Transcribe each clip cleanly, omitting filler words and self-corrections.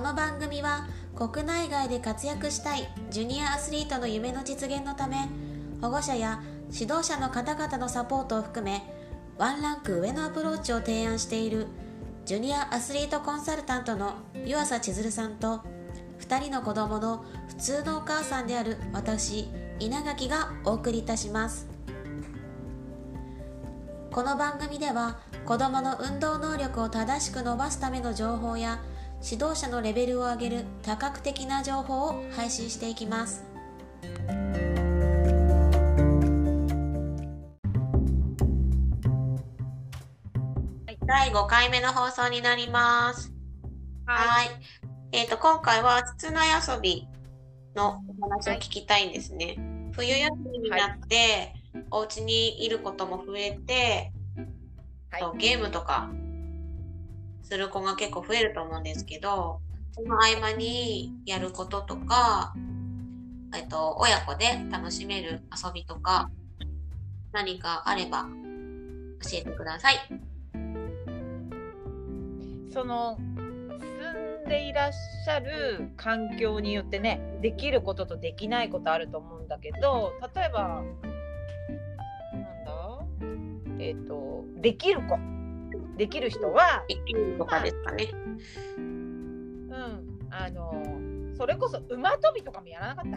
の番組は国内外で活躍したいジュニアアスリートの夢の実現のため、保護者や指導者の方々のサポートを含めワンランク上のアプローチを提案しているジュニアアスリートコンサルタントの湯浅千鶴さんと、2人の子供の普通のお母さんである私稲垣がお送りいたします。この番組では子どもの運動能力を正しく伸ばすための情報や指導者のレベルを上げる多角的な情報を配信していきます。第5回目の放送になります。はい。今回は室内遊びのお話を聞きたいんですね。冬休みになって、お家にいることも増えて、ゲームとかする子が結構増えると思うんですけど、その合間にやることとか、親子で楽しめる遊びとか何かあれば教えてください。 その住んでいらっしゃる環境によってね、できることとできないことあると思うんだけど、例えばできる子、できる人はできるとかですかね。 それこそ馬跳びとかもやらなかった？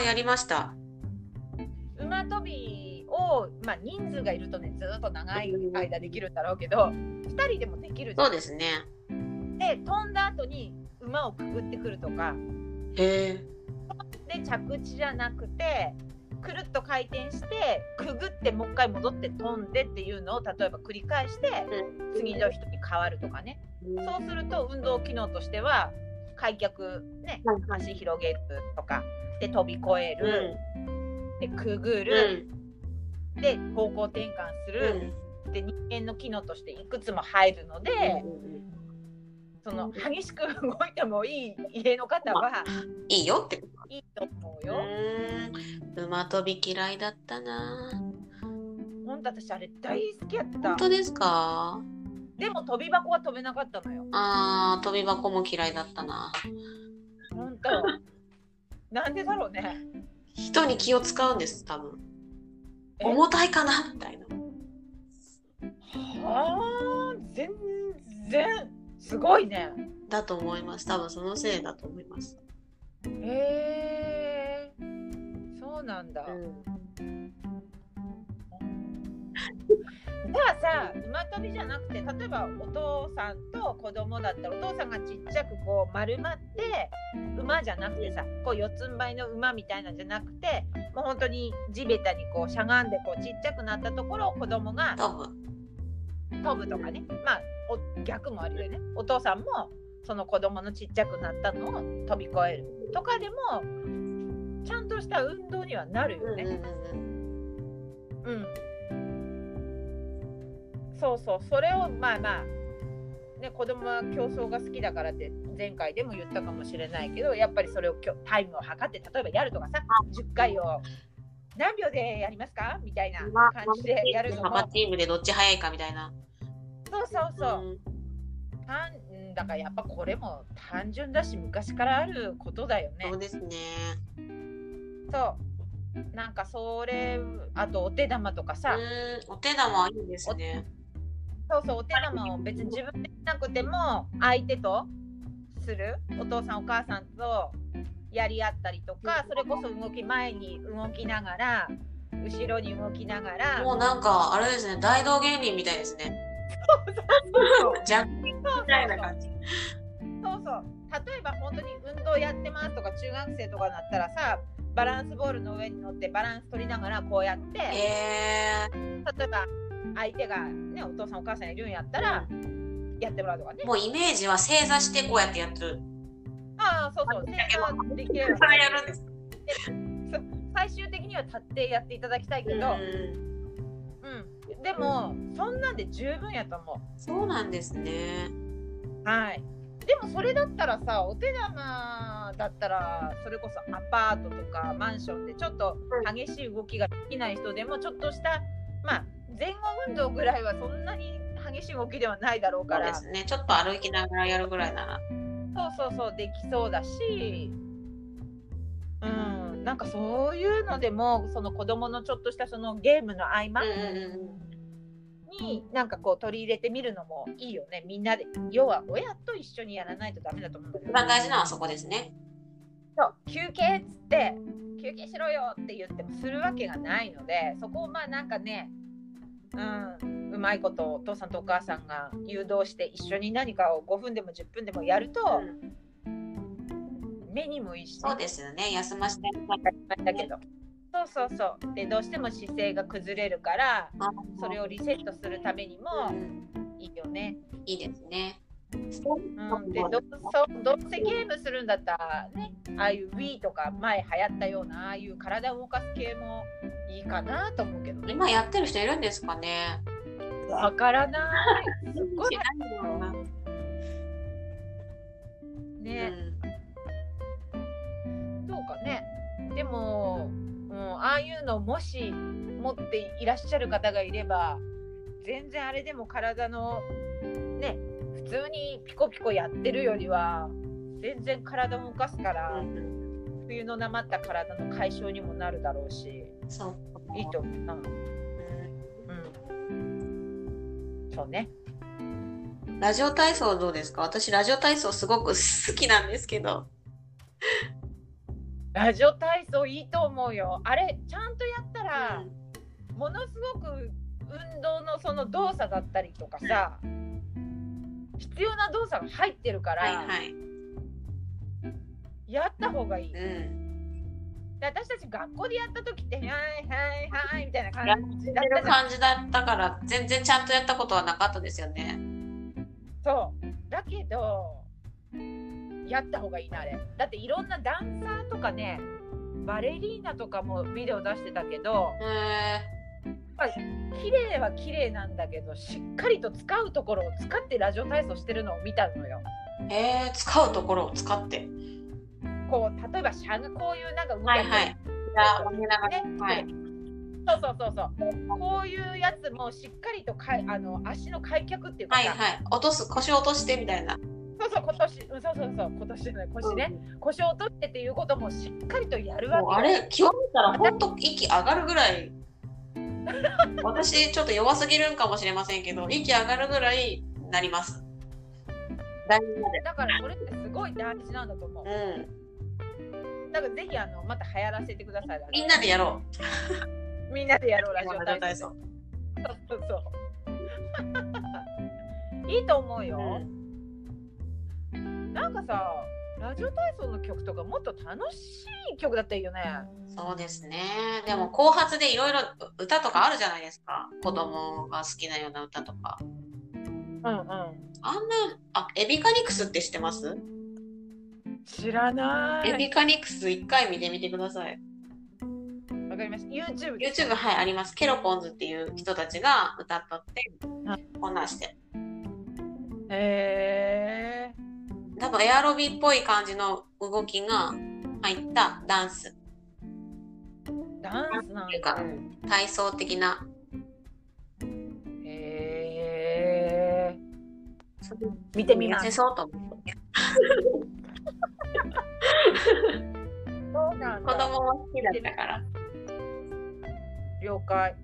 やりました。 馬跳びを、人数がいるとね、ずっと長い間できるんだろうけど、2人でもできるじゃん。 そうですね。 で、飛んだ後に馬をくぐってくるとか。 で、 着地じゃなくてくるっと回転してくぐってもう一回戻って飛んでっていうのを例えば繰り返して、次の人に変わるとかね。そうすると運動機能としては開脚ね、足広げるとかで飛び越える、でくぐる、で方向転換する、で人間の機能としていくつも入るので、その激しく動いてもいい家の方はいいよってこと。 いいと思うよ。 馬跳び嫌いだったな。 本当私あれ大好きやった。 本当ですか？ でも跳び箱は飛べなかったのよ。 跳び箱も嫌いだったな。 本当なんでだろうね。 人に気を使うんです多分。重たいかなみたいな。 全然すごいね。 だと思います。多分そのせいだと思います。 そうなんだ。じゃあさ、馬跳びじゃなくて、例えばお父さんと子供だったら、お父さんがちっちゃくこう丸まって馬じゃなくてさ、こう四つん這いの馬みたいなんじゃなくて、もう本当に地べたにこうしゃがんでこうちっちゃくなったところを子供が飛ぶとかね。逆もあるよね。お父さんもその子供のちっちゃくなったのを飛び越えるとかでもちゃんとした運動にはなるよね。そうそう、それをね、子供は競争が好きだからって前回でも言ったかもしれないけど、やっぱりそれをタイムを測って例えばやるとかさ、10回を何秒でやりますかみたいな感じでやるのも、 パパチームでどっち早いかみたいな。 そうだからやっぱこれも単純だし昔からあることだよね。 そうですね。 そうなんかそれ、あとお手玉とかさ。 お手玉いいですね。 そうお手玉を別に自分でしなくても相手とする、お父さんお母さんとやり合ったりとか、それこそ前に動きながら後ろに動きながら、 もうなんかあれですね、大道芸人みたいですね。ジャンプみたいな感じ。 例えば本当に運動やってますとか中学生とかだったらさ、バランスボールの上に乗ってバランス取りながらこうやって、例えば相手がね、お父さんお母さんいるんやったらやってもらうとかね。 もうイメージは正座してこうやってやってる。 そう正座できればそれやるんです。 最終的には立ってやっていただきたいけど、でもそんなんで十分やと思う。 そうなんですね。 でもそれだったらさ、お手玉だったらそれこそアパートとかマンションでちょっと激しい動きができない人でもちょっとした前後運動ぐらいはそんなに激しい動きではないだろうから。 そうですね。ちょっと歩きながらやるぐらいなら。 そうできそうだし、なんかそういうのでもその子供のちょっとしたそのゲームの合間になんかこう取り入れてみるのもいいよね。みんなで、要は親と一緒にやらないとダメだと思うんだけど。 一番大事なのはそこですね。 そう休憩っつって休憩しろよって言ってもするわけがないので、そこをまあなんかね、うまいことお父さんとお母さんが誘導して一緒に何かを5分でも10分でもやると、目にもいいし、 そうですよね。休ませてだけど、そうでどうしても姿勢が崩れるからそれをリセットするためにもいいよね。 いいですね。 でどうせゲームするんだったらね、ああいう Wii とか前流行ったようなああいう体を動かす系もいいかなと思うけどね。 今やってる人いるんですかね。 わからない。すごいね、どうかね。でも、ああいうのもし持っていらっしゃる方がいれば、全然あれでも体のね、普通にピコピコやってるよりは全然体を動かすから、冬のなまった体の解消にもなるだろうし、いいと思うな。そうね。 ラジオ体操どうですか？私ラジオ体操すごく好きなんですけど。 ラジオ体操いいと思うよ。あれちゃんとやったら、ものすごく運動のその動作だったりとかさ、必要な動作が入ってるから、やった方がいい。で私たち学校でやった時ってはいみたいな感じだったから全然ちゃんとやったことはなかったですよね。 そうだけどやった方がいいなあれ。だっていろんなダンサーとかね、バレリーナとかもビデオ出してたけど、綺麗は綺麗なんだけど、しっかりと使うところを使ってラジオ体操してるのを見たのよ。 使うところを使ってこう例えばしゃがこういうなんか動きそうこういうやつもしっかりと足の開脚っていうか腰を落としてみたいな。 腰ね、腰を落としてっていうこともしっかりとやるわけ。 あれ極めたら本当息上がるぐらい私ちょっと弱すぎるんかもしれませんけど、息上がるぐらいなります。 だからそれってすごい大事なんだと思う。だからぜひまた流行らせてください。 みんなでやろう。みんなでやろうラジオ体操。いいと思うよ。なんかさ、ラジオ体操の曲とかもっと楽しい曲だったらいいよね。 そうですね。でも後発でいろいろ歌とかあるじゃないですか。子供が好きなような歌とか。エビカニクスって知ってます？ 知らない。 エビカニクス一回見てみてください。 わかりました。YouTube あります。ケロポンズっていう人たちが歌っとってこんなんして。多分エアロビっぽい感じの動きが入ったダンスなんていうか体操的な。 見てみます。 そうと思ってそうなんだ。 子供も好きだったから。 了解。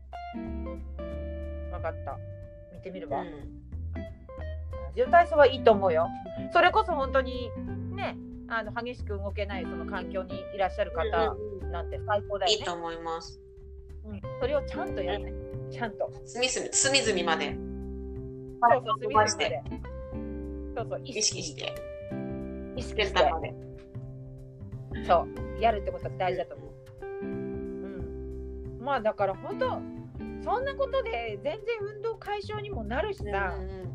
分かった。見てみるわ。ラジオ体操はいいと思うよ。それこそ本当にね、激しく動けないその環境にいらっしゃる方なんて最高だよね。 いいと思います。 それをちゃんとやるね。ちゃんと。 隅々まで。 隅々まで。 意識してそうやるってことは大事だと思う。まあだから本当そんなことで全然運動解消にもなるしさ、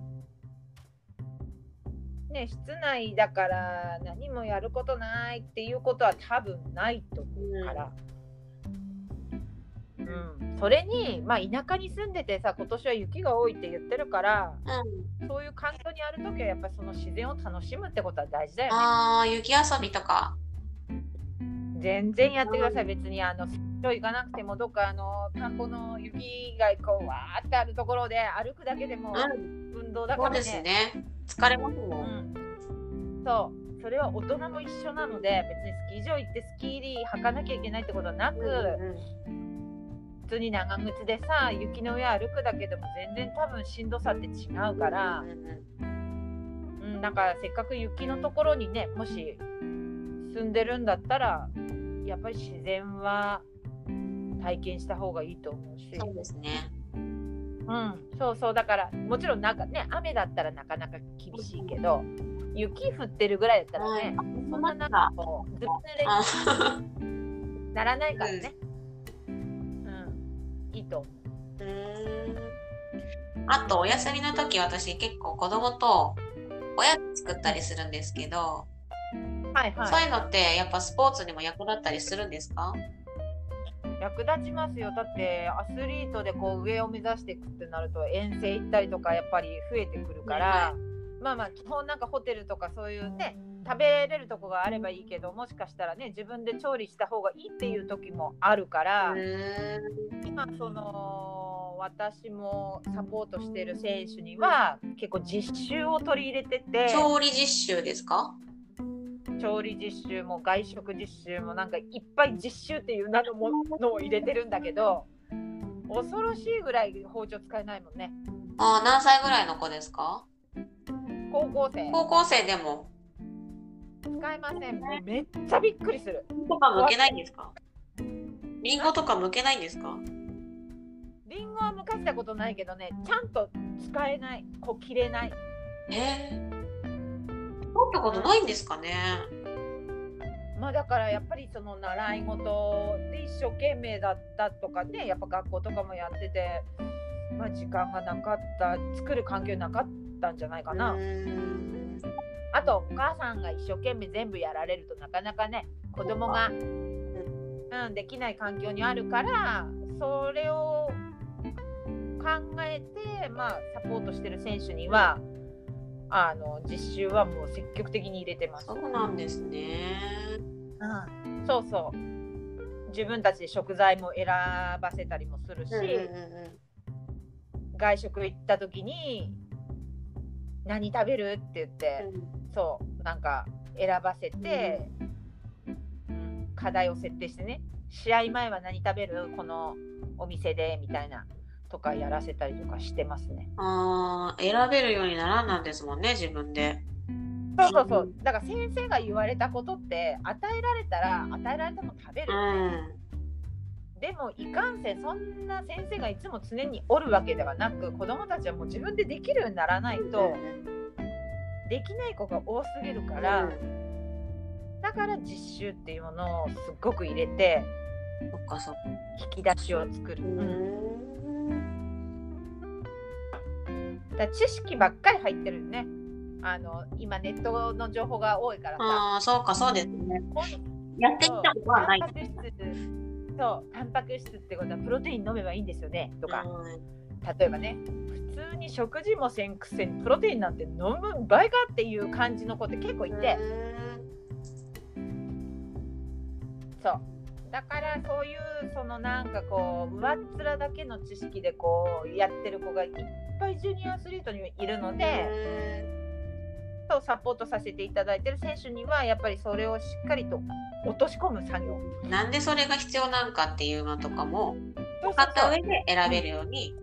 ね、室内だから何もやることないっていうことは多分ないと思うから、それにまあ田舎に住んでてさ、今年は雪が多いって言ってるから、そういう環境にあるときはやっぱりその自然を楽しむってことは大事だよね。 雪遊びとか全然やってください。別に行かなくてもどっか田んぼの雪がこうわーってあるところで歩くだけでも運動だからね。 そうですね。疲れますもん。 そうそれは大人も一緒なので、別にスキー場行ってスキーリ履かなきゃいけないってことはなく、普通に長靴でさ雪の上歩くだけでも全然多分しんどさって違うから、なんかせっかく雪のところにねもし住んでるんだったらやっぱり自然は体験した方がいいと思うし。 そうですね。 そうそう、だからもちろんなんかね雨だったらなかなか厳しいけど、雪降ってるぐらいだったらね、そんななんかこうずぶ濡れにならないからね、いいと思う。 あとお休みの時私結構子供とおやつ作ったりするんですけど、そういうのってやっぱスポーツにも役立ったりするんですか？ 役立ちますよ。だってアスリートでこう上を目指していくってなると遠征行ったりとかやっぱり増えてくるから、まあ基本なんかホテルとかそういうね食べれるとこがあればいいけど、もしかしたらね自分で調理した方がいいっていう時もあるから、今その私もサポートしてる選手には結構実習を取り入れてて。 調理実習ですか？ 調理実習も外食実習もなんかいっぱい実習っていう名のものを入れてるんだけど、恐ろしいぐらい包丁使えないもんね。 何歳ぐらいの子ですか？ 高校生。 高校生でも使えません。もうめっちゃびっくりする。 とか剥けないんですか？リンゴとか剥けないんですか？ リンゴは剥かしたことないけどね、ちゃんと使えない、こう切れない。 取ったことないんですかね。 まあだからやっぱりその習い事で一生懸命だったとかね、やっぱ学校とかもやってて、まあ時間がなかった、作る環境なかったんじゃないかな。あとお母さんが一生懸命全部やられるとなかなかね子供が、できない環境にあるから、それを考えて、サポートしてる選手には実習はもう積極的に入れてます。 そうなんですね。 そうそう。自分たちで食材も選ばせたりもするし、外食行った時に何食べるって言って、そうなんか選ばせて、課題を設定してね、試合前は何食べるこのお店でみたいなとかやらせたりとかしてますね。 選べるようにならんなんですもんね、自分で。 そう。だから先生が言われたことって与えられたら与えられたの食べる、でもいかんせんそんな先生がいつも常におるわけではなく、子どもたちはもう自分でできるようにならないとできない子が多すぎるから、だから実習っていうものをすっごく入れて引き出しを作る。だ知識ばっかり入ってるよね。今ネットの情報が多いからさ。 そうですね。やってきたことはない。 タンパク質ってことはプロテイン飲めばいいんですよねとか、例えばね、普通に食事もせんくせにプロテインなんて飲む場合かっていう感じの子って結構いて、そうだからそういうそのなんかこう上っ面だけの知識でこうやってる子がいっぱいジュニアアスリートにいるので、そうサポートさせていただいてる選手にはやっぱりそれをしっかりと落とし込む作業、 なんでそれが必要なんかっていうのとかも分かった上で選べるように、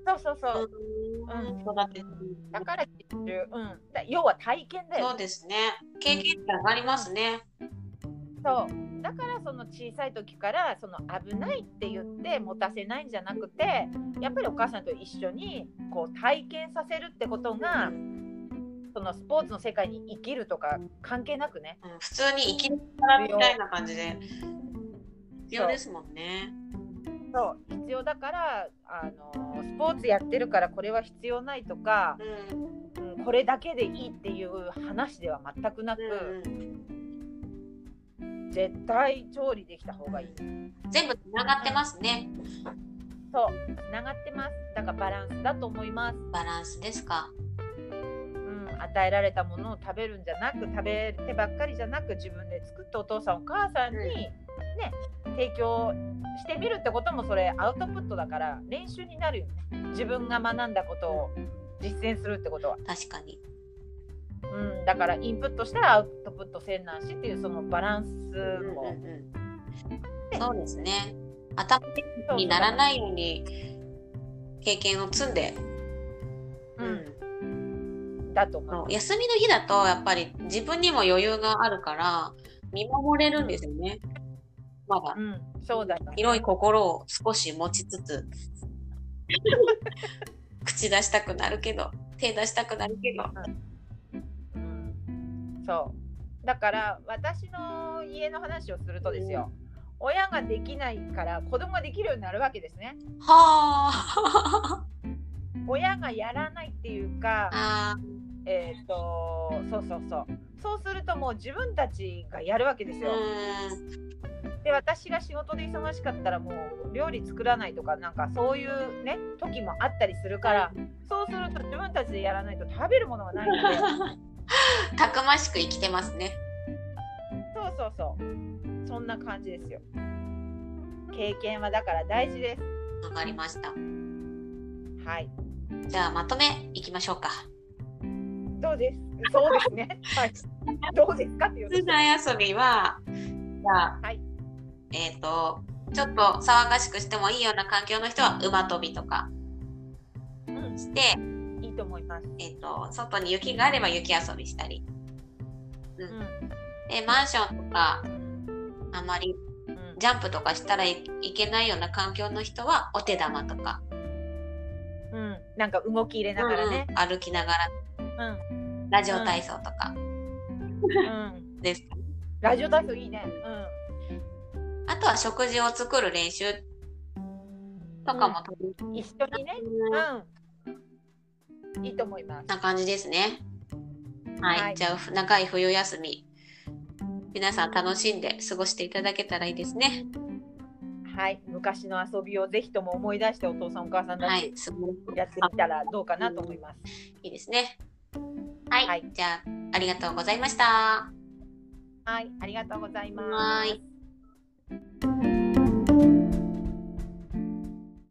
育てる。 だから実習、要は体験だよ。 そうですね。経験って上がりますね。 そうだからその小さい時からその危ないって言って持たせないんじゃなくて、やっぱりお母さんと一緒にこう体験させるってことが、そのスポーツの世界に生きるとか関係なくね、 普通に生きるからみたいな感じで必要ですもんね。 そう必要だから、スポーツやってるからこれは必要ないとか、これだけでいいっていう話では全くなく、絶対調理できた方がいい。 全部つながってますね。 そうつながってます。だからバランスだと思います。 バランスですか。 与えられたものを食べるんじゃなく、食べてばっかりじゃなく、自分で作ったお父さんお母さんにね、提供してみるってこともそれアウトプットだから練習になるよね。自分が学んだことを実践するってことは。 確かに。 だだからインプットしたらアウトプットせんなんしっていうそのバランスも、 そうですね。頭にならないように経験を積んで、 だと思う。 休みの日だとやっぱり自分にも余裕があるから見守れるんですよね。まだ、 そうだね、 広い心を少し持ちつつ口出したくなるけど手出したくなるけど、 そうだから私の家の話をするとですよ、親ができないから子供ができるようになるわけですね。 はあ親がやらないっていうか、そうするともう自分たちがやるわけですよ。で私が仕事で忙しかったらもう料理作らないとかなんかそういうね時もあったりするから、そうすると自分たちでやらないと食べるものがないのでたくましく生きてますね。 そうそんな感じですよ。経験はだから大事です。 わかりました。 はい。 じゃあまとめいきましょうか。 そうですね。はい。どうですかっていう。 室内遊びは、じゃあ、 はい。 ちょっと騒がしくしてもいいような環境の人は馬跳びとかして、 いいと思います。 外に雪があれば雪遊びしたり、でマンションとかあまりジャンプとかしたら いけないような環境の人はお手玉とか、 なんか動き入れながらね、 歩きながら、ラジオ体操とか、ですかね。 ラジオ体操いいね。 あとは食事を作る練習とかも、 一緒にね、いいと思います。 な感じですね。はい、じゃあ長い冬休み皆さん楽しんで過ごしていただけたらいいですね。 はい、昔の遊びをぜひとも思い出してお父さんお母さんたちやってみたらどうかなと思います。 いいですね。はい、じゃあありがとうございました。 はい、ありがとうございます。